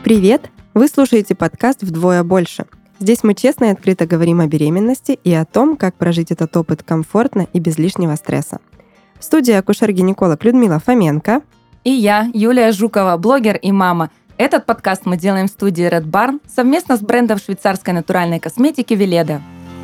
Привет! Вы слушаете подкаст «Вдвое больше». Здесь мы честно и открыто говорим о беременности и о том, как прожить этот опыт комфортно и без лишнего стресса. В студии акушер-гинеколог Людмила Фоменко. И я, Юлия Жукова, блогер и мама. Этот подкаст мы делаем в студии Red Barn совместно с брендом швейцарской натуральной косметики Веледа.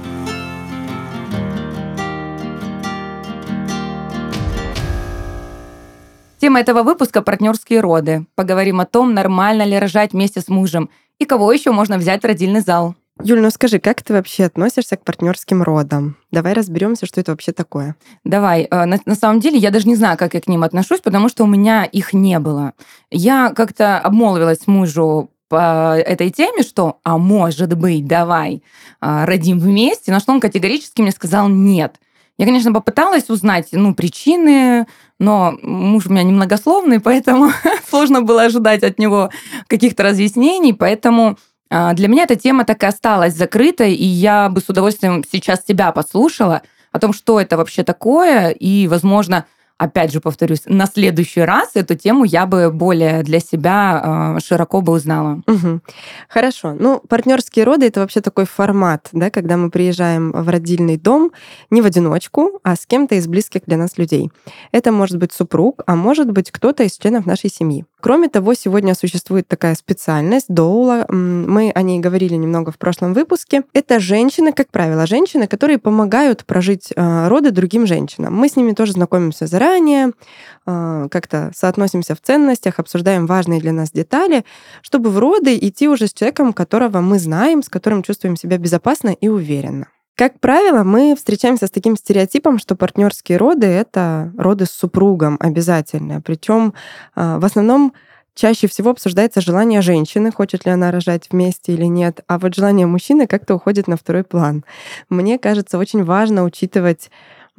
Тема этого выпуска – партнерские роды. Поговорим о том, нормально ли рожать вместе с мужем и кого еще можно взять в родильный зал. Юль, ну скажи, как ты вообще относишься к партнерским родам? Давай разберемся, что это вообще такое. Давай. На самом деле, я даже не знаю, как я к ним отношусь, потому что у меня их не было. Я как-то обмолвилась мужу по этой теме, что, может быть, давай родим вместе, на что он категорически мне сказал нет. Я, конечно, попыталась узнать, причины, но муж у меня немногословный, поэтому сложно было ожидать от него каких-то разъяснений, поэтому для меня эта тема так и осталась закрытой, и я бы с удовольствием сейчас тебя послушала о том, что это вообще такое, и, возможно, опять же, повторюсь, на следующий раз эту тему я бы более для себя широко бы узнала. Угу. Хорошо. Партнерские роды — это вообще такой формат, да, когда мы приезжаем в родильный дом не в одиночку, а с кем-то из близких для нас людей. Это может быть супруг, а может быть кто-то из членов нашей семьи. Кроме того, сегодня существует такая специальность доула. Мы о ней говорили немного в прошлом выпуске. Это женщины, как правило, женщины, которые помогают прожить роды другим женщинам. Мы с ними тоже знакомимся заранее, как-то соотносимся в ценностях, обсуждаем важные для нас детали, чтобы в роды идти уже с человеком, которого мы знаем, с которым чувствуем себя безопасно и уверенно. Как правило, мы встречаемся с таким стереотипом, что партнерские роды — это роды с супругом обязательно. Причем в основном чаще всего обсуждается желание женщины, хочет ли она рожать вместе или нет, а вот желание мужчины как-то уходит на второй план. Мне кажется, очень важно учитывать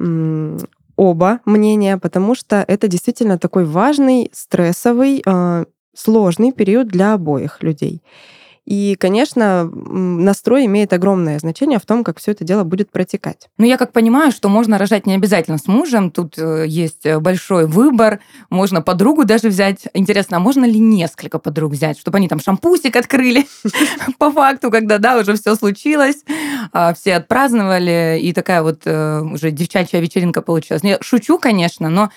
оба мнения, потому что это действительно такой важный, стрессовый, сложный период для обоих людей. И, конечно, настрой имеет огромное значение в том, как все это дело будет протекать. Я как понимаю, что можно рожать не обязательно с мужем. Тут есть большой выбор. Можно подругу даже взять. Интересно, а можно ли несколько подруг взять, чтобы они там шампусик открыли по факту, когда, уже все случилось, все отпраздновали, и такая вот уже девчачья вечеринка получилась. Я шучу, конечно, но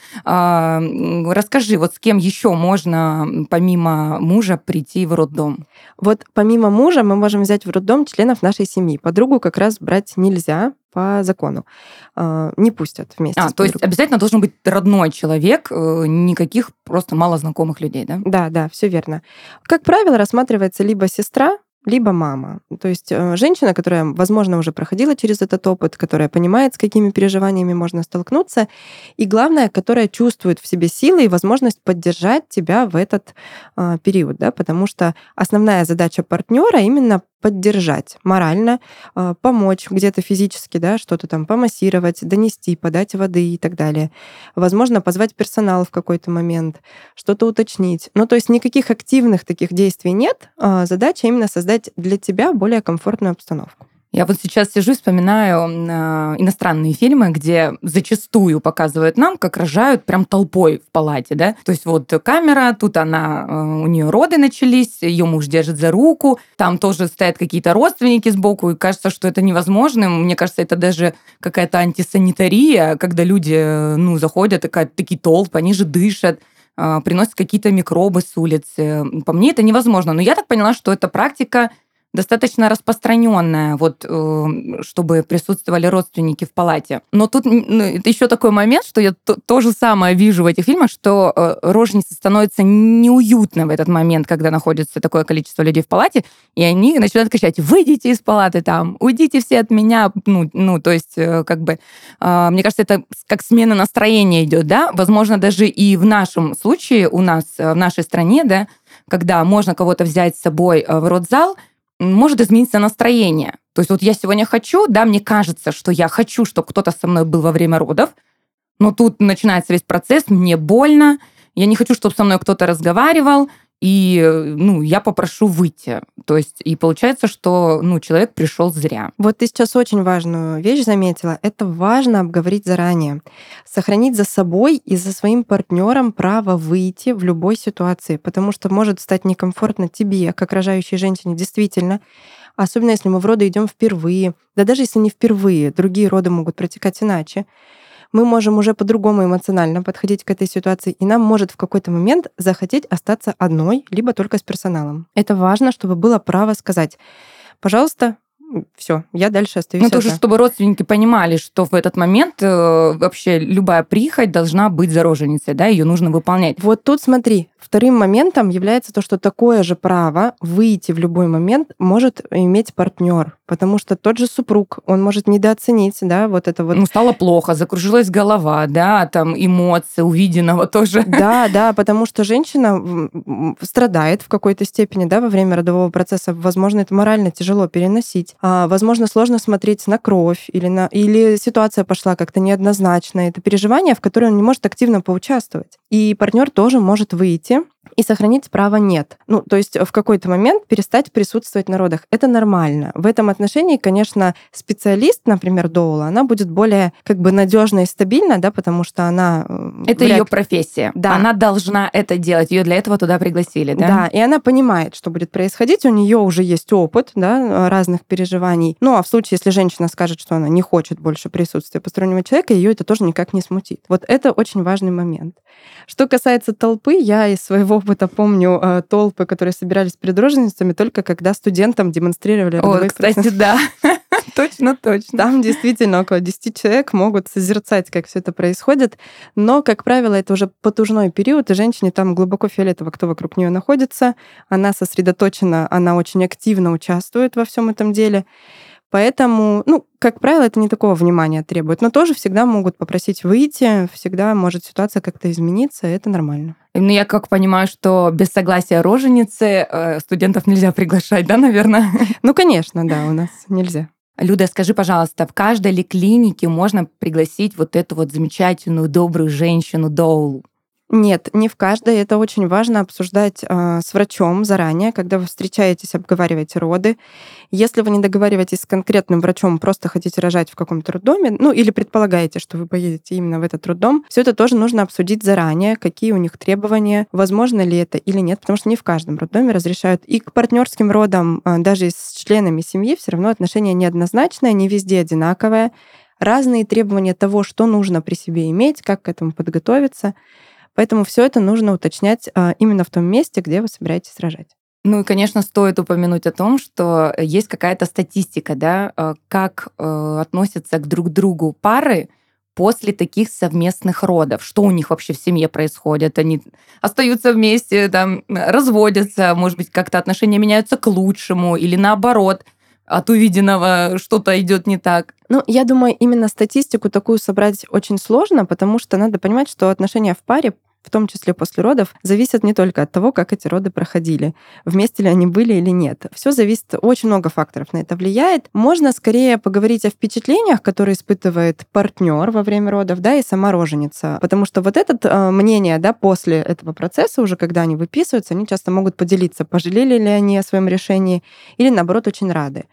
расскажи, вот с кем еще можно помимо мужа прийти в роддом? Вот помимо мужа мы можем взять в роддом членов нашей семьи. Подругу как раз брать нельзя по закону. Не пустят вместе с подругой. То есть обязательно должен быть родной человек, никаких просто малознакомых людей, да? Да, все верно. Как правило, рассматривается либо сестра, либо мама. То есть женщина, которая, возможно, уже проходила через этот опыт, которая понимает, с какими переживаниями можно столкнуться, и главное, которая чувствует в себе силы и возможность поддержать тебя в этот период, да, потому что основная задача партнера именно поддержать морально, помочь где-то физически, да, что-то там помассировать, донести, подать воды и так далее. Возможно, позвать персонал в какой-то момент, что-то уточнить. То есть никаких активных таких действий нет. Задача именно создать для тебя более комфортную обстановку. Я вот сейчас сижу и вспоминаю иностранные фильмы, где зачастую показывают нам, как рожают прям толпой в палате, да. То есть вот камера, тут у нее роды начались, ее муж держит за руку, там тоже стоят какие-то родственники сбоку, и кажется, что это невозможно. Мне кажется, это даже какая-то антисанитария, когда люди, заходят, такие толпы, они же дышат, приносят какие-то микробы с улицы. По мне это невозможно. Но я так поняла, что эта практика достаточно распространенная, чтобы присутствовали родственники в палате. Но тут это еще такой момент, что я то же самое вижу в этих фильмах, что роженице становится неуютно в этот момент, когда находится такое количество людей в палате, и они начинают кричать: «Выйдите из палаты там, уйдите все от меня». То есть, мне кажется, это как смена настроения идет, да? Возможно, даже и в нашем случае, у нас, в нашей стране, да, когда можно кого-то взять с собой в родзал, может измениться настроение. То есть вот я сегодня хочу, да, мне кажется, что я хочу, чтобы кто-то со мной был во время родов, но тут начинается весь процесс, мне больно, я не хочу, чтобы со мной кто-то разговаривал, и я попрошу выйти. То есть и получается, что человек пришел зря. Вот ты сейчас очень важную вещь заметила. Это важно обговорить заранее. Сохранить за собой и за своим партнером право выйти в любой ситуации, потому что может стать некомфортно тебе, как рожающей женщине, действительно. Особенно если мы в роды идем впервые. Да даже если не впервые, другие роды могут протекать иначе. Мы можем уже по-другому эмоционально подходить к этой ситуации, и нам может в какой-то момент захотеть остаться одной, либо только с персоналом. Это важно, чтобы было право сказать: пожалуйста, все, я дальше остаюсь. Тоже чтобы родственники понимали, что в этот момент вообще любая прихоть должна быть за роженицей, да, ее нужно выполнять. Вот тут смотри, вторым моментом является то, что такое же право выйти в любой момент может иметь партнер, потому что тот же супруг, он может недооценить, да, вот это вот. Стало плохо, закружилась голова, да, там эмоции увиденного тоже. Да, потому что женщина страдает в какой-то степени, да, во время родового процесса. Возможно, это морально тяжело переносить. Возможно, сложно смотреть на кровь или ситуация пошла как-то неоднозначно. Это переживание, в которое он не может активно поучаствовать. И партнер тоже может выйти и сохранить право нет. То есть в какой-то момент перестать присутствовать на родах. Это нормально. В этом отношении, конечно, специалист, например, доула, она будет более надежна и стабильна, да, потому что она... Это ее профессия. Да. Она должна это делать. Ее для этого туда пригласили, да? Да, и она понимает, что будет происходить. У нее уже есть опыт, да, разных переживаний. А в случае, если женщина скажет, что она не хочет больше присутствия постороннего человека, ее это тоже никак не смутит. Вот это очень важный момент. Что касается толпы, я из своего опыта помню толпы, которые собирались перед роженицами, только когда студентам демонстрировали родовой процесс. Кстати, да. Точно. Там действительно около 10 человек могут созерцать, как все это происходит. Но, как правило, это уже потужной период, и женщине там глубоко фиолетово, кто вокруг нее находится. Она сосредоточена, она очень активно участвует во всем этом деле. Поэтому, как правило, это не такого внимания требует. Но тоже всегда могут попросить выйти, всегда может ситуация как-то измениться, и это нормально. Я как понимаю, что без согласия роженицы студентов нельзя приглашать, да, наверное? Конечно, да, у нас нельзя. Люда, скажи, пожалуйста, в каждой ли клинике можно пригласить вот эту вот замечательную, добрую женщину доулу? Нет, не в каждой. Это очень важно обсуждать с врачом заранее, когда вы встречаетесь, обговариваете роды. Если вы не договариваетесь с конкретным врачом, просто хотите рожать в каком-то роддоме, или предполагаете, что вы поедете именно в этот роддом, все это тоже нужно обсудить заранее, какие у них требования, возможно ли это или нет, потому что не в каждом роддоме разрешают. И к партнерским родам, даже с членами семьи, все равно отношение неоднозначное, не везде одинаковое. Разные требования того, что нужно при себе иметь, как к этому подготовиться. Поэтому все это нужно уточнять именно в том месте, где вы собираетесь рожать. И, конечно, стоит упомянуть о том, что есть какая-то статистика, да, как относятся друг к другу пары после таких совместных родов. Что у них вообще в семье происходит? Они остаются вместе, там, разводятся, может быть, как-то отношения меняются к лучшему или наоборот, от увиденного что-то идет не так. Я думаю, именно статистику такую собрать очень сложно, потому что надо понимать, что отношения в паре, в том числе после родов, зависят не только от того, как эти роды проходили, вместе ли они были или нет. Все зависит, очень много факторов на это влияет. Можно скорее поговорить о впечатлениях, которые испытывает партнер во время родов, да, и сама роженица. Потому что вот это мнение, да, после этого процесса, уже когда они выписываются, они часто могут поделиться, пожалели ли они о своем решении или, наоборот, очень рады.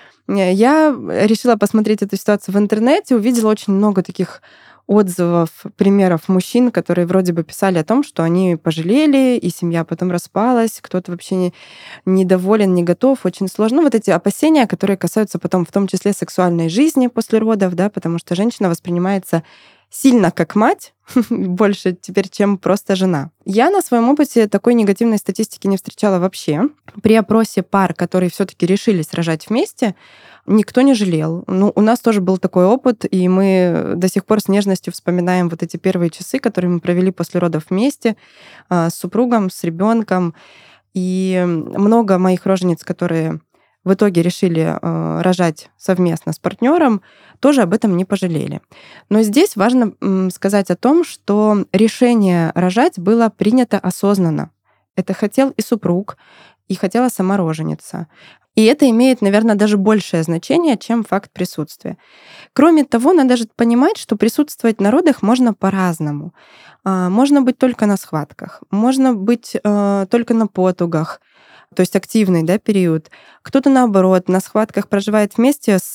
Я решила посмотреть эту ситуацию в интернете, увидела очень много таких отзывов, примеров мужчин, которые вроде бы писали о том, что они пожалели, и семья потом распалась, кто-то вообще недоволен, не готов, очень сложно. Вот эти опасения, которые касаются потом в том числе сексуальной жизни после родов, да, потому что женщина воспринимается сильно как мать, больше теперь, чем просто жена. Я на своем опыте такой негативной статистики не встречала вообще. При опросе пар, которые все-таки решились рожать вместе, никто не жалел. У нас тоже был такой опыт, и мы до сих пор с нежностью вспоминаем вот эти первые часы, которые мы провели после родов вместе с супругом, с ребенком. И много моих рожениц, которые в итоге решили рожать совместно с партнером, тоже об этом не пожалели. Но здесь важно сказать о том, что решение рожать было принято осознанно. Это хотел и супруг, и хотела сама роженица. И это имеет, наверное, даже большее значение, чем факт присутствия. Кроме того, надо же понимать, что присутствовать на родах можно по-разному. Можно быть только на схватках, можно быть только на потугах, то есть активный, да, период. Кто-то, наоборот, на схватках проживает вместе с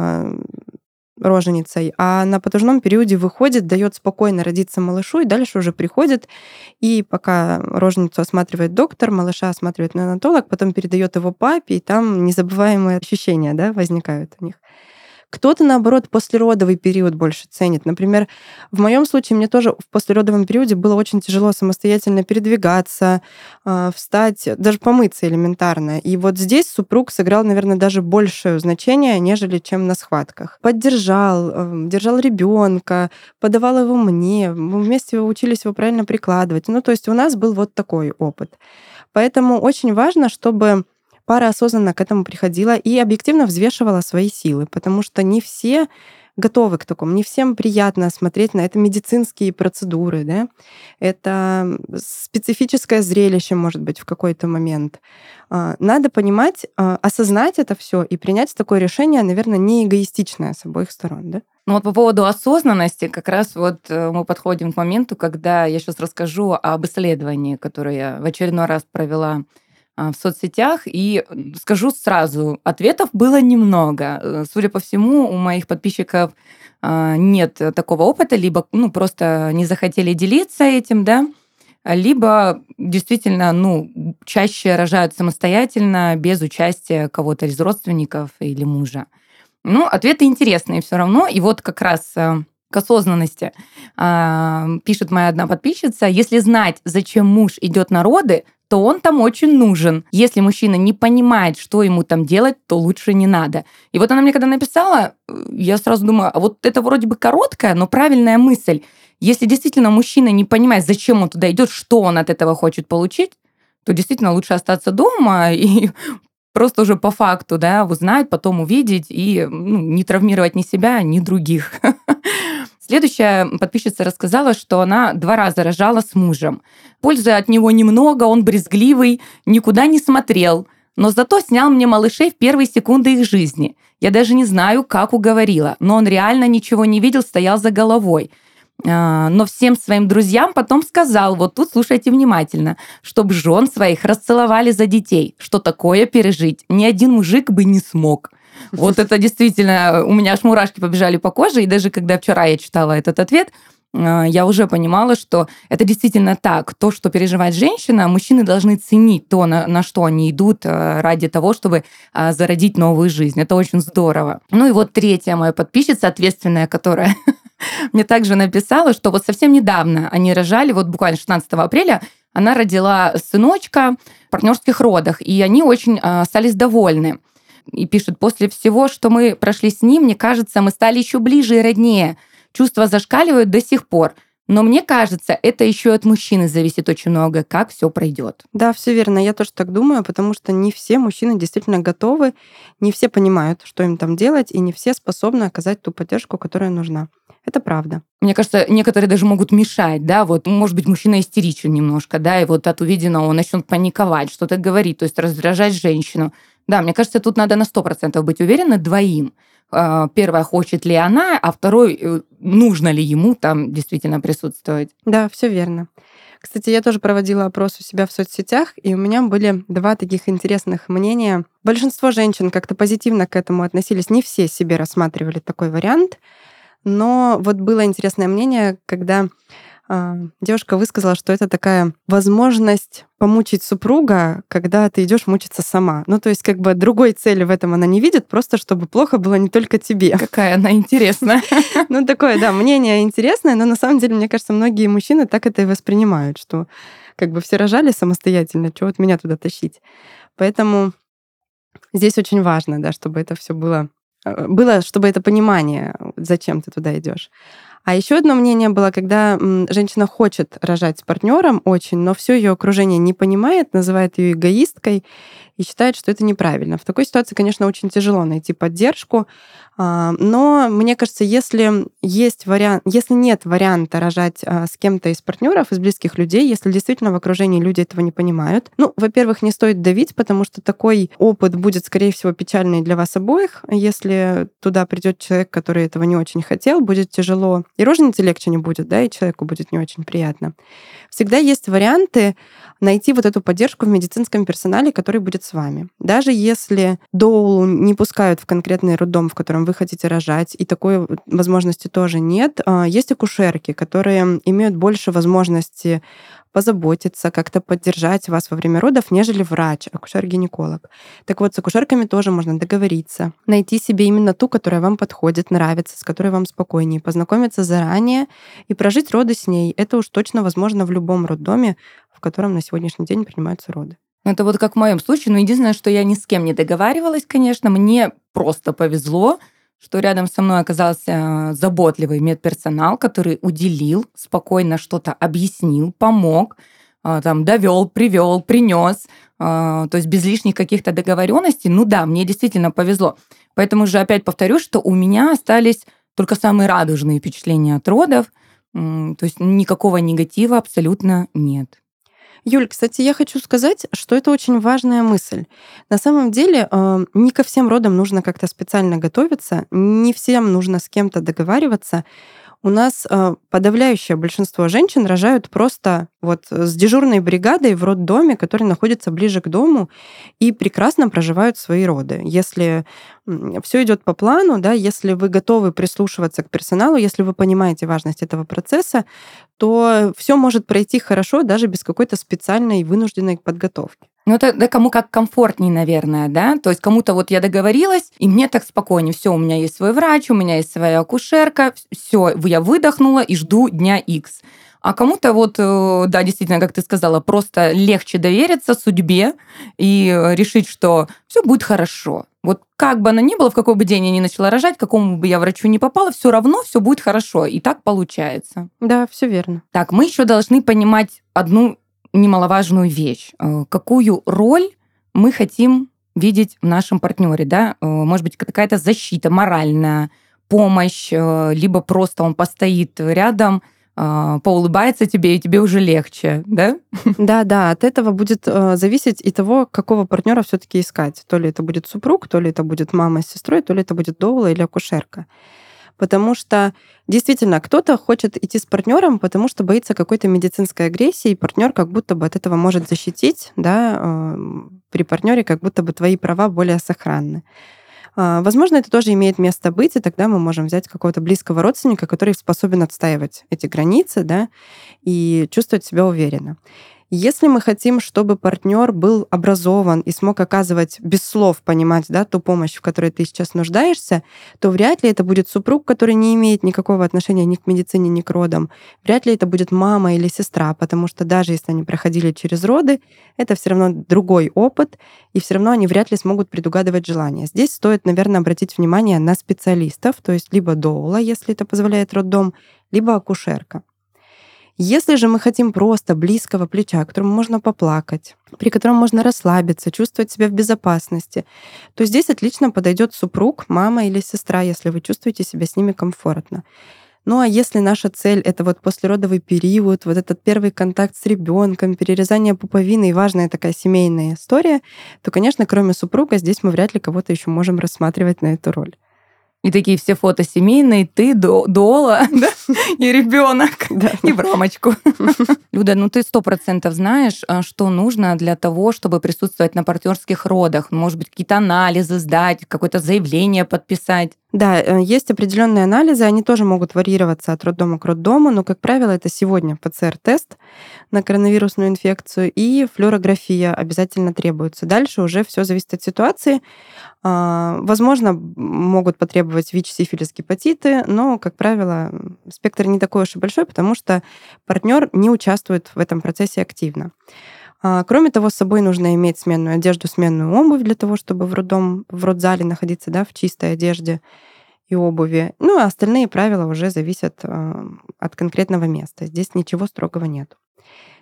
роженицей, а на потужном периоде выходит, дает спокойно родиться малышу, и дальше уже приходит, и пока роженицу осматривает доктор, малыша осматривает неонатолог, потом передает его папе, и там незабываемые ощущения, да, возникают у них. Кто-то, наоборот, послеродовый период больше ценит. Например, в моем случае мне тоже в послеродовом периоде было очень тяжело самостоятельно передвигаться, встать, даже помыться элементарно. И вот здесь супруг сыграл, наверное, даже большее значение, нежели чем на схватках. Поддержал, держал ребенка, подавал его мне, мы вместе учились его правильно прикладывать. Ну, то есть у нас был вот такой опыт. Поэтому очень важно, чтобы пара осознанно к этому приходила и объективно взвешивала свои силы, потому что не все готовы к такому, не всем приятно смотреть на это медицинские процедуры, да? Это специфическое зрелище, может быть, в какой-то момент. Надо понимать, осознать это все и принять такое решение, наверное, не эгоистичное с обоих сторон, да? Ну вот по поводу осознанности, как раз вот мы подходим к моменту, когда я сейчас расскажу об исследовании, которое я в очередной раз провела в соцсетях, и скажу сразу, ответов было немного. Судя по всему, у моих подписчиков нет такого опыта, либо просто не захотели делиться этим, да, либо действительно, чаще рожают самостоятельно, без участия кого-то из родственников или мужа. Ответы интересные все равно. И вот как раз к осознанности пишет моя одна подписчица: если знать, зачем муж идет на роды, то он там очень нужен. Если мужчина не понимает, что ему там делать, то лучше не надо. И вот она мне когда написала, я сразу думаю, а вот это вроде бы короткая, но правильная мысль. Если действительно мужчина не понимает, зачем он туда идет, что он от этого хочет получить, то действительно лучше остаться дома и просто уже по факту, да, узнать, потом увидеть и не травмировать ни себя, ни других. Следующая подписчица рассказала, что она 2 раза рожала с мужем. Пользы от него немного, он брезгливый, никуда не смотрел, но зато снял мне малышей в первые секунды их жизни. Я даже не знаю, как уговорила, но он реально ничего не видел, стоял за головой. Но всем своим друзьям потом сказал, вот тут слушайте внимательно, чтобы жен своих расцеловали за детей. Что такое пережить? Ни один мужик бы не смог. Вот это действительно, у меня аж мурашки побежали по коже, и даже когда вчера я читала этот ответ, я уже понимала, что это действительно так. То, что переживает женщина, мужчины должны ценить то, на что они идут ради того, чтобы зародить новую жизнь. Это очень здорово. Ну и вот третья моя подписчица, ответственная, которая мне также написала, что вот совсем недавно они рожали, вот буквально 16 апреля, она родила сыночка в партнерских родах, и они очень остались довольны. И пишет: после всего, что мы прошли с ним, мне кажется, мы стали еще ближе и роднее. Чувства зашкаливают до сих пор. Но мне кажется, это еще от мужчины зависит очень много, как все пройдет. Да, все верно. Я тоже так думаю, потому что не все мужчины действительно готовы, не все понимают, что им там делать, и не все способны оказать ту поддержку, которая нужна. Это правда. Мне кажется, некоторые даже могут мешать, да, вот, может быть, мужчина истеричен немножко, да, и вот от увиденного он начнет паниковать, что-то говорить, то есть раздражать женщину. Да, мне кажется, тут надо на 100% быть уверены двоим. Первое, хочет ли она, а второй, нужно ли ему там действительно присутствовать. Да, все верно. Кстати, я тоже проводила опрос у себя в соцсетях, и у меня были 2 таких интересных мнения. Большинство женщин как-то позитивно к этому относились, не все себе рассматривали такой вариант, но вот было интересное мнение, когда девушка высказала, что это такая возможность помучить супруга, когда ты идешь мучиться сама. Ну, то есть как бы другой цели в этом она не видит, просто чтобы плохо было не только тебе. Какая она интересная. Ну, такое, да, мнение интересное, но на самом деле, мне кажется, многие мужчины так это и воспринимают, что как бы все рожали самостоятельно, чего от меня туда тащить. Поэтому здесь очень важно, да, чтобы это все было, чтобы это понимание, зачем ты туда идешь. А еще одно мнение было, когда женщина хочет рожать с партнером очень, но все ее окружение не понимает, называет ее эгоисткой и считает, что это неправильно. В такой ситуации, конечно, очень тяжело найти поддержку, но мне кажется, если нет варианта рожать с кем-то из партнеров, из близких людей, если действительно в окружении люди этого не понимают, во-первых, не стоит давить, потому что такой опыт будет, скорее всего, печальный для вас обоих. Если туда придет человек, который этого не очень хотел, будет тяжело, и роженице легче не будет, да, и человеку будет не очень приятно. Всегда есть варианты найти вот эту поддержку в медицинском персонале, который будет с вами. Даже если доулу не пускают в конкретный роддом, в котором вы хотите рожать, и такой возможности тоже нет, есть акушерки, которые имеют больше возможности позаботиться, как-то поддержать вас во время родов, нежели врач, акушер-гинеколог. Так вот, с акушерками тоже можно договориться, найти себе именно ту, которая вам подходит, нравится, с которой вам спокойнее, познакомиться заранее и прожить роды с ней. Это уж точно возможно в любом роддоме, в котором на сегодняшний день принимаются роды. Это вот как в моем случае, но единственное, что я ни с кем не договаривалась, конечно, мне просто повезло, что рядом со мной оказался заботливый медперсонал, который уделил, спокойно что-то объяснил, помог, довел, привел, принес, то есть без лишних каких-то договоренностей. Да, мне действительно повезло. Поэтому же опять повторю, что у меня остались только самые радужные впечатления от родов, то есть никакого негатива абсолютно нет. Юль, кстати, я хочу сказать, что это очень важная мысль. На самом деле, не ко всем родам нужно как-то специально готовиться, не всем нужно с кем-то договариваться. У нас подавляющее большинство женщин рожают просто вот с дежурной бригадой в роддоме, который находится ближе к дому, и прекрасно проживают свои роды. Если все идет по плану, да, если вы готовы прислушиваться к персоналу, если вы понимаете важность этого процесса, то все может пройти хорошо даже без какой-то специальной вынужденной подготовки. Это кому как комфортней, наверное, да? То есть кому-то вот я договорилась, и мне так спокойнее. Все, у меня есть свой врач, у меня есть своя акушерка, все, я выдохнула и жду дня X. А кому-то вот, да, действительно, как ты сказала, просто легче довериться судьбе и решить, что все будет хорошо. Вот как бы она ни была, в какой бы день я ни начала рожать, к какому бы я врачу ни попала, все равно все будет хорошо. И так получается. Да, все верно. Так, мы еще должны понимать одну немаловажную вещь. Какую роль мы хотим видеть в нашем партнере, да? Может быть, какая-то защита моральная, помощь, либо просто он постоит рядом, поулыбается тебе, и тебе уже легче, да? Да, от этого будет зависеть и того, какого партнера все-таки искать. То ли это будет супруг, то ли это будет мама с сестрой, то ли это будет доула или акушерка. Потому что действительно кто-то хочет идти с партнером, потому что боится какой-то медицинской агрессии, и партнер как будто бы от этого может защитить, да, при партнере как будто бы твои права более сохранны. Возможно, это тоже имеет место быть, и тогда мы можем взять какого-то близкого родственника, который способен отстаивать эти границы, да, и чувствовать себя уверенно. Если мы хотим, чтобы партнер был образован и смог оказывать без слов понимать, да, ту помощь, в которой ты сейчас нуждаешься, то вряд ли это будет супруг, который не имеет никакого отношения ни к медицине, ни к родам. Вряд ли это будет мама или сестра, потому что даже если они проходили через роды, это все равно другой опыт, и все равно они вряд ли смогут предугадывать желания. Здесь стоит, наверное, обратить внимание на специалистов, то есть либо доула, если это позволяет роддом, либо акушерка. Если же мы хотим просто близкого плеча, которому можно поплакать, при котором можно расслабиться, чувствовать себя в безопасности, то здесь отлично подойдет супруг, мама или сестра, если вы чувствуете себя с ними комфортно. А если наша цель — это вот послеродовый период, вот этот первый контакт с ребенком, перерезание пуповины и важная такая семейная история, то, конечно, кроме супруга, здесь мы вряд ли кого-то еще можем рассматривать на эту роль. И такие все фото семейные, ты, Дола, да? И ребенок, и в рамочку. Люда, ты 100% знаешь, что нужно для того, чтобы присутствовать на партнерских родах. Может быть, какие-то анализы сдать, какое-то заявление подписать. Да, есть определенные анализы, они тоже могут варьироваться от роддома к роддому, но, как правило, это сегодня ПЦР-тест на коронавирусную инфекцию и флюорография обязательно требуется. Дальше уже все зависит от ситуации. Возможно, могут потребовать ВИЧ, сифилис, гепатиты, но, как правило, спектр не такой уж и большой, потому что партнер не участвует в этом процессе активно. Кроме того, с собой нужно иметь сменную одежду, сменную обувь для того, чтобы в родзале находиться, да, в чистой одежде и обуви. А остальные правила уже зависят от конкретного места. Здесь ничего строгого нет.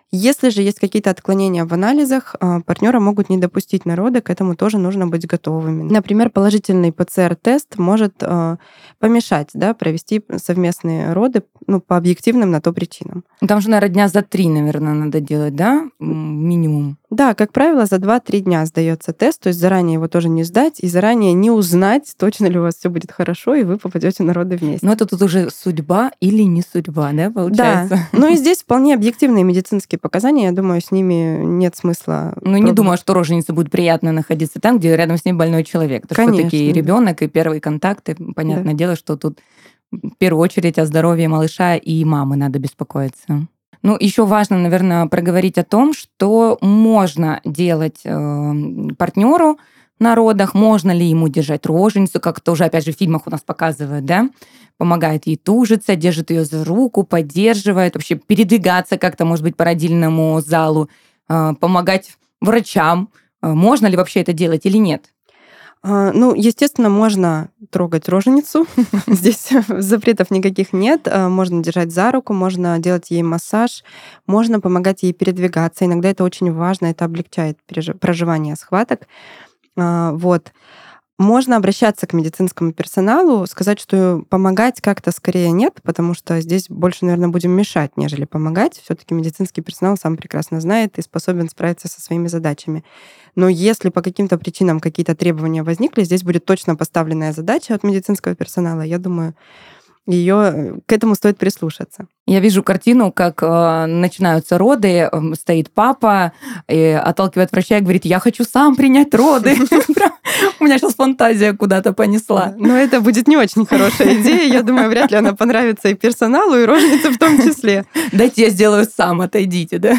Если же есть какие-то отклонения в анализах, партнера могут не допустить на роды, к этому тоже нужно быть готовыми. Например, положительный PCR-тест может помешать, да, провести совместные роды, ну, по объективным на то причинам. Там же, наверное, дня за 3, наверное, надо делать, да? Минимум. Да, как правило, за 2-3 дня сдается тест, то есть заранее его тоже не сдать и заранее не узнать, точно ли у вас все будет хорошо, и вы попадете на роды вместе. Но это тут уже судьба или не судьба, да, получается? Да, ну и здесь вполне объективные медицинские показания, я думаю, с ними нет смысла. Ну, не думаю, что роженице будет приятно находиться там, где рядом с ней больной человек. Потому что все-таки ребенок и первые контакты, понятное дело, что тут в первую очередь о здоровье малыша и мамы надо беспокоиться. Ну, еще важно, наверное, проговорить о том, что можно делать партнеру на родах, можно ли ему держать роженицу, как тоже, опять же, в фильмах у нас показывают, да, помогает ей тужиться, держит ее за руку, поддерживает, вообще передвигаться как-то, может быть, по родильному залу, помогать врачам. Можно ли вообще это делать или нет? Ну, естественно, можно трогать роженицу. Здесь запретов никаких нет. Можно держать за руку, можно делать ей массаж, можно помогать ей передвигаться. Иногда это очень важно, это облегчает проживание схваток. Вот. Можно обращаться к медицинскому персоналу, сказать, что помогать как-то скорее нет, потому что здесь больше, наверное, будем мешать, нежели помогать. Все-таки медицинский персонал сам прекрасно знает и способен справиться со своими задачами. Но если по каким-то причинам какие-то требования возникли, здесь будет точно поставленная задача от медицинского персонала. Я думаю, к этому стоит прислушаться. Я вижу картину, как начинаются роды, стоит папа, и отталкивает врача и говорит: я хочу сам принять роды. У меня сейчас фантазия куда-то понесла. Но это будет не очень хорошая идея. Я думаю, вряд ли она понравится и персоналу, и роженице в том числе. Дайте я сделаю сам, отойдите, да?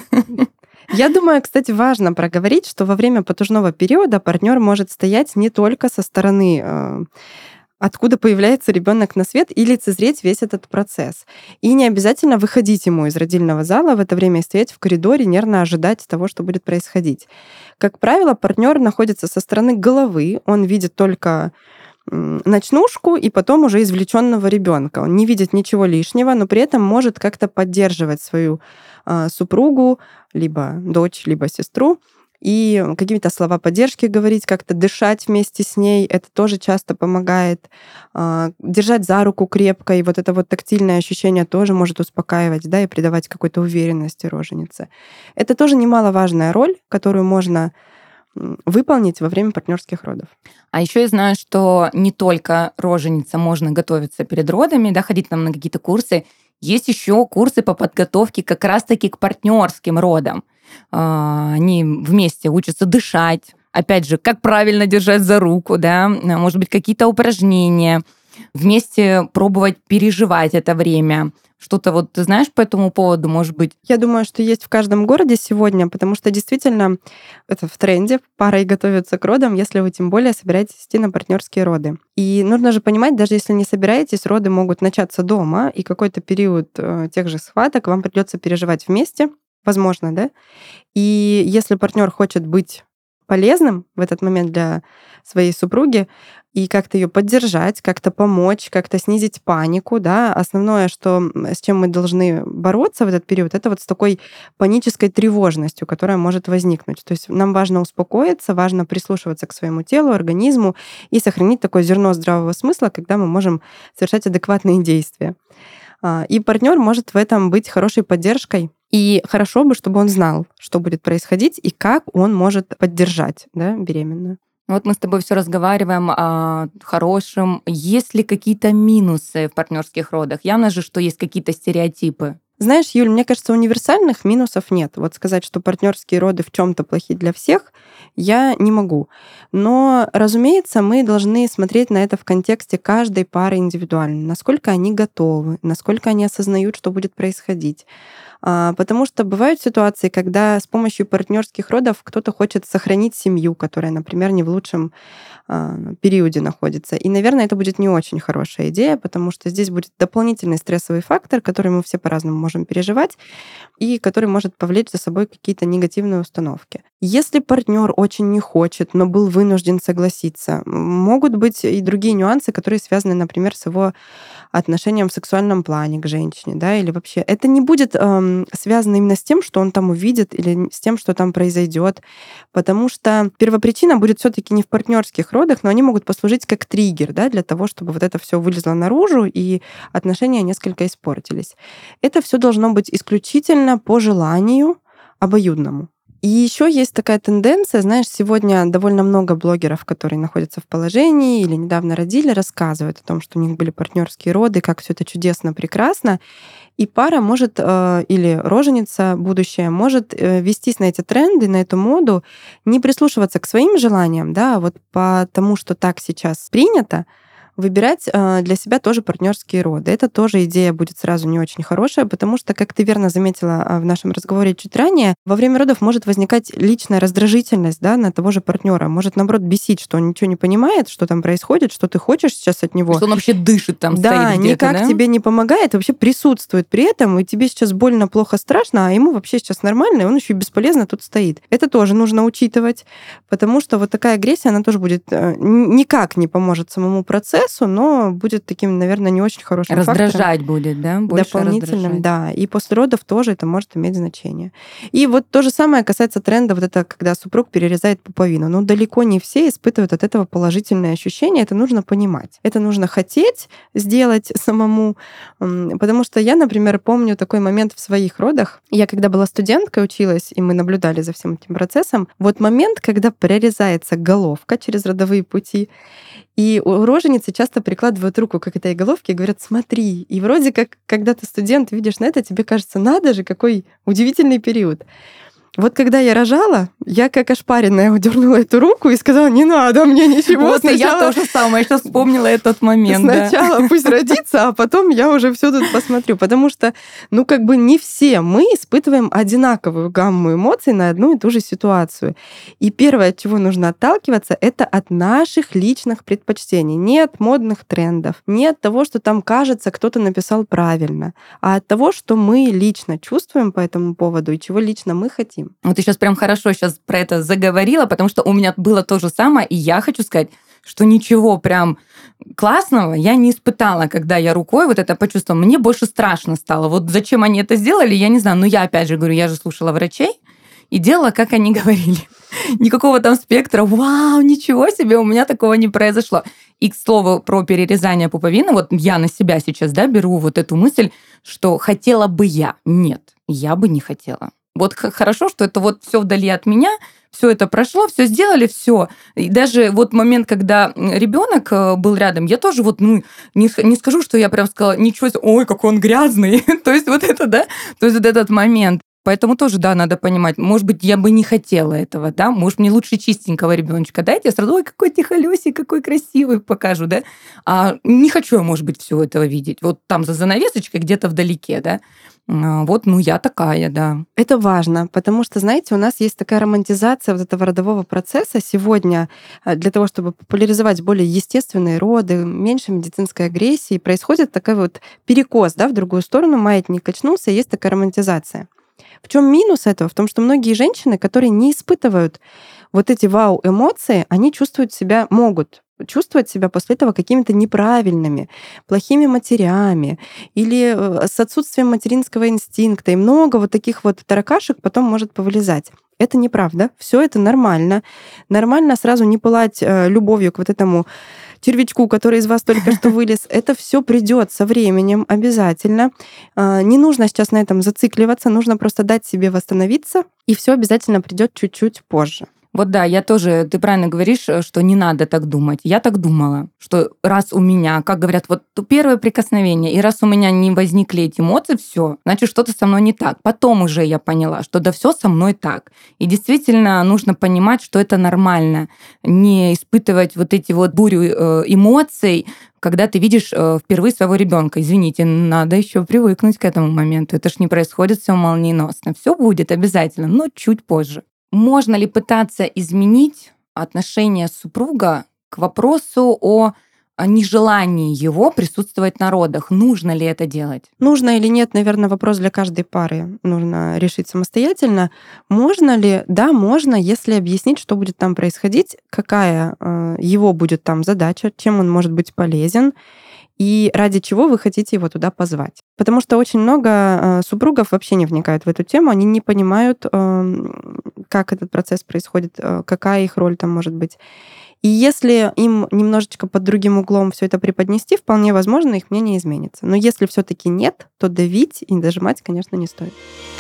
Я думаю, кстати, важно проговорить, что во время потужного периода партнер может стоять не только со стороны, откуда появляется ребенок на свет, и лицезреть весь этот процесс. И не обязательно выходить ему из родильного зала в это время и стоять в коридоре, нервно ожидать того, что будет происходить. Как правило, партнер находится со стороны головы, он видит только ночнушку и потом уже извлеченного ребенка. Он не видит ничего лишнего, но при этом может как-то поддерживать свою супругу, либо дочь, либо сестру, и какие-то слова поддержки говорить, как-то дышать вместе с ней, это тоже часто помогает. Держать за руку крепко, и вот это вот тактильное ощущение тоже может успокаивать, да, и придавать какой-то уверенности роженице. Это тоже немаловажная роль, которую можно выполнить во время партнерских родов. А еще я знаю, что не только роженица можно готовиться перед родами, да, ходить там на какие-то курсы. Есть еще курсы по подготовке как раз-таки к партнерским родам. Они вместе учатся дышать, опять же, как правильно держать за руку, да, может быть, какие-то упражнения, вместе пробовать переживать это время. Что-то вот ты знаешь по этому поводу, может быть? Я думаю, что есть в каждом городе сегодня, потому что действительно это в тренде. Парой готовятся к родам, если вы тем более собираетесь идти на партнерские роды. И нужно же понимать, даже если не собираетесь, роды могут начаться дома, и какой-то период тех же схваток вам придется переживать вместе, возможно, да? И если партнер хочет быть полезным в этот момент для своей супруги и как-то ее поддержать, как-то помочь, как-то снизить панику, да. Основное, с чем мы должны бороться в этот период, это вот с такой панической тревожностью, которая может возникнуть. То есть нам важно успокоиться, важно прислушиваться к своему телу, организму и сохранить такое зерно здравого смысла, когда мы можем совершать адекватные действия. И партнер может в этом быть хорошей поддержкой. И хорошо бы, чтобы он знал, что будет происходить и как он может поддержать, да, беременную. Вот мы с тобой все разговариваем о хорошем. Есть ли какие-то минусы в партнерских родах? Явно же, что есть какие-то стереотипы. Знаешь, Юль, мне кажется, универсальных минусов нет. Вот сказать, что партнерские роды в чем-то плохи для всех, я не могу. Но, разумеется, мы должны смотреть на это в контексте каждой пары индивидуально. Насколько они готовы, насколько они осознают, что будет происходить. Потому что бывают ситуации, когда с помощью партнерских родов кто-то хочет сохранить семью, которая, например, не в лучшем периоде находится. И, наверное, это будет не очень хорошая идея, потому что здесь будет дополнительный стрессовый фактор, который мы все по-разному можем переживать, и который может повлечь за собой какие-то негативные установки. Если партнер очень не хочет, но был вынужден согласиться, могут быть и другие нюансы, которые связаны, например, с его отношением в сексуальном плане к женщине, да, или вообще. Это не будет связано именно с тем, что он там увидит, или с тем, что там произойдет, потому что первопричина будет все-таки не в партнерских родах, но они могут послужить как триггер, да, для того, чтобы вот это все вылезло наружу и отношения несколько испортились. Это все должно быть исключительно по желанию обоюдному. И еще есть такая тенденция, знаешь, сегодня довольно много блогеров, которые находятся в положении или недавно родили, рассказывают о том, что у них были партнерские роды, как все это чудесно, прекрасно. И пара может, или роженица будущая, может вестись на эти тренды, на эту моду, не прислушиваться к своим желаниям, да, а вот потому что так сейчас принято, выбирать для себя тоже партнерские роды. Это тоже идея будет сразу не очень хорошая, потому что, как ты верно заметила в нашем разговоре чуть ранее, во время родов может возникать личная раздражительность, да, на того же партнера. Может, наоборот, бесить, что он ничего не понимает, что там происходит, что ты хочешь сейчас от него. Что он вообще дышит там, да, стоит где-то, никак да? тебе не помогает, вообще присутствует при этом, и тебе сейчас больно, плохо, страшно, а ему вообще сейчас нормально, и он еще и бесполезно тут стоит. Это тоже нужно учитывать, потому что вот такая агрессия, она тоже будет никак не поможет самому процессу, но будет таким, наверное, не очень хорошим Раздражать фактором. будет, да? Больше Дополнительным, раздражать. да. И после родов тоже это может иметь значение. И вот то же самое касается тренда, вот это, когда супруг перерезает пуповину. Но далеко не все испытывают от этого положительные ощущения. Это нужно понимать. Это нужно хотеть сделать самому. Потому что я, например, помню такой момент в своих родах. Я когда была студенткой, училась, и мы наблюдали за всем этим процессом, вот момент, когда прорезается головка через родовые пути, и у роженицы часто прикладывают руку к этой головке и говорят: смотри. И вроде как, когда ты студент, видишь на это, тебе кажется, надо же, какой удивительный период. Вот когда я рожала, я как ошпаренная удернула эту руку и сказала: не надо мне ничего. Вот и я тоже самое, сейчас вспомнила этот момент. Сначала пусть родится, а потом я уже все тут посмотрю. Потому что, как бы не все мы испытываем одинаковую гамму эмоций на одну и ту же ситуацию. И первое, от чего нужно отталкиваться, это от наших личных предпочтений. Не от модных трендов, не от того, что там кажется, кто-то написал правильно, а от того, что мы лично чувствуем по этому поводу и чего лично мы хотим. Вот ты сейчас прям хорошо сейчас про это заговорила, потому что у меня было то же самое, и я хочу сказать, что ничего прям классного я не испытала, когда я рукой вот это почувствовала. Мне больше страшно стало. Вот зачем они это сделали, я не знаю. Но я, опять же, говорю, я же слушала врачей и делала, как они говорили. Никакого там спектра, вау, ничего себе, у меня такого не произошло. И, к слову, про перерезание пуповины, вот я на себя сейчас, да, беру вот эту мысль, что хотела бы я. Нет, я бы не хотела. Вот хорошо, что это вот все вдали от меня, все это прошло, все сделали, все. И даже вот момент, когда ребенок был рядом, я тоже вот, не скажу, что я прям сказала, ничего себе, ой, какой он грязный. То есть вот это, да, то есть вот этот момент. Поэтому тоже, да, надо понимать, может быть, я бы не хотела этого, да, может, мне лучше чистенького ребеночка дайте, я сразу, ой, какой тихолёсий, какой красивый покажу, да, а не хочу я, может быть, всего этого видеть, вот там за занавесочкой где-то вдалеке, да, вот, я такая, да. Это важно, потому что, знаете, у нас есть такая романтизация вот этого родового процесса сегодня для того, чтобы популяризовать более естественные роды, меньше медицинской агрессии, происходит такой вот перекос, да, в другую сторону, маятник качнулся, и есть такая романтизация. В чем минус этого? В том, что многие женщины, которые не испытывают вот эти вау-эмоции, они могут чувствовать себя после этого какими-то неправильными, плохими матерями или с отсутствием материнского инстинкта. И много вот таких вот таракашек потом может повылезать. Это неправда. Все это нормально. Нормально сразу не пылать любовью к вот этому червячку, который из вас только что вылез. Это все придет со временем обязательно. Не нужно сейчас на этом зацикливаться, нужно просто дать себе восстановиться, и все обязательно придет чуть-чуть позже. Вот да, я тоже, ты правильно говоришь, что не надо так думать. Я так думала, что раз у меня, как говорят, вот первое прикосновение, и раз у меня не возникли эти эмоции, все, значит, что-то со мной не так. Потом уже я поняла, что да все со мной так. И действительно нужно понимать, что это нормально, не испытывать вот эти вот бурю эмоций, когда ты видишь впервые своего ребенка. Извините, надо еще привыкнуть к этому моменту. Это ж не происходит все молниеносно. Все будет обязательно, но чуть позже. Можно ли пытаться изменить отношение супруга к вопросу о о нежелании его присутствовать на родах. Нужно ли это делать? Нужно или нет, наверное, вопрос для каждой пары. Нужно решить самостоятельно. Можно ли? Да, можно, если объяснить, что будет там происходить, какая его будет там задача, чем он может быть полезен, и ради чего вы хотите его туда позвать. Потому что очень много супругов вообще не вникают в эту тему, они не понимают, как этот процесс происходит, какая их роль там может быть. И если им немножечко под другим углом все это преподнести, вполне возможно, их мнение изменится. Но если все-таки нет, то давить и дожимать, конечно, не стоит.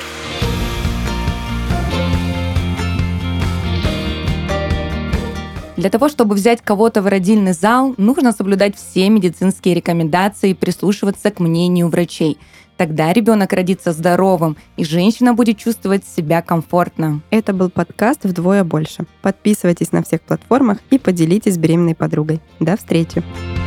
Для того, чтобы взять кого-то в родильный зал, нужно соблюдать все медицинские рекомендации и прислушиваться к мнению врачей. Тогда ребенок родится здоровым, и женщина будет чувствовать себя комфортно. Это был подкаст «Вдвое больше». Подписывайтесь на всех платформах и поделитесь с беременной подругой. До встречи!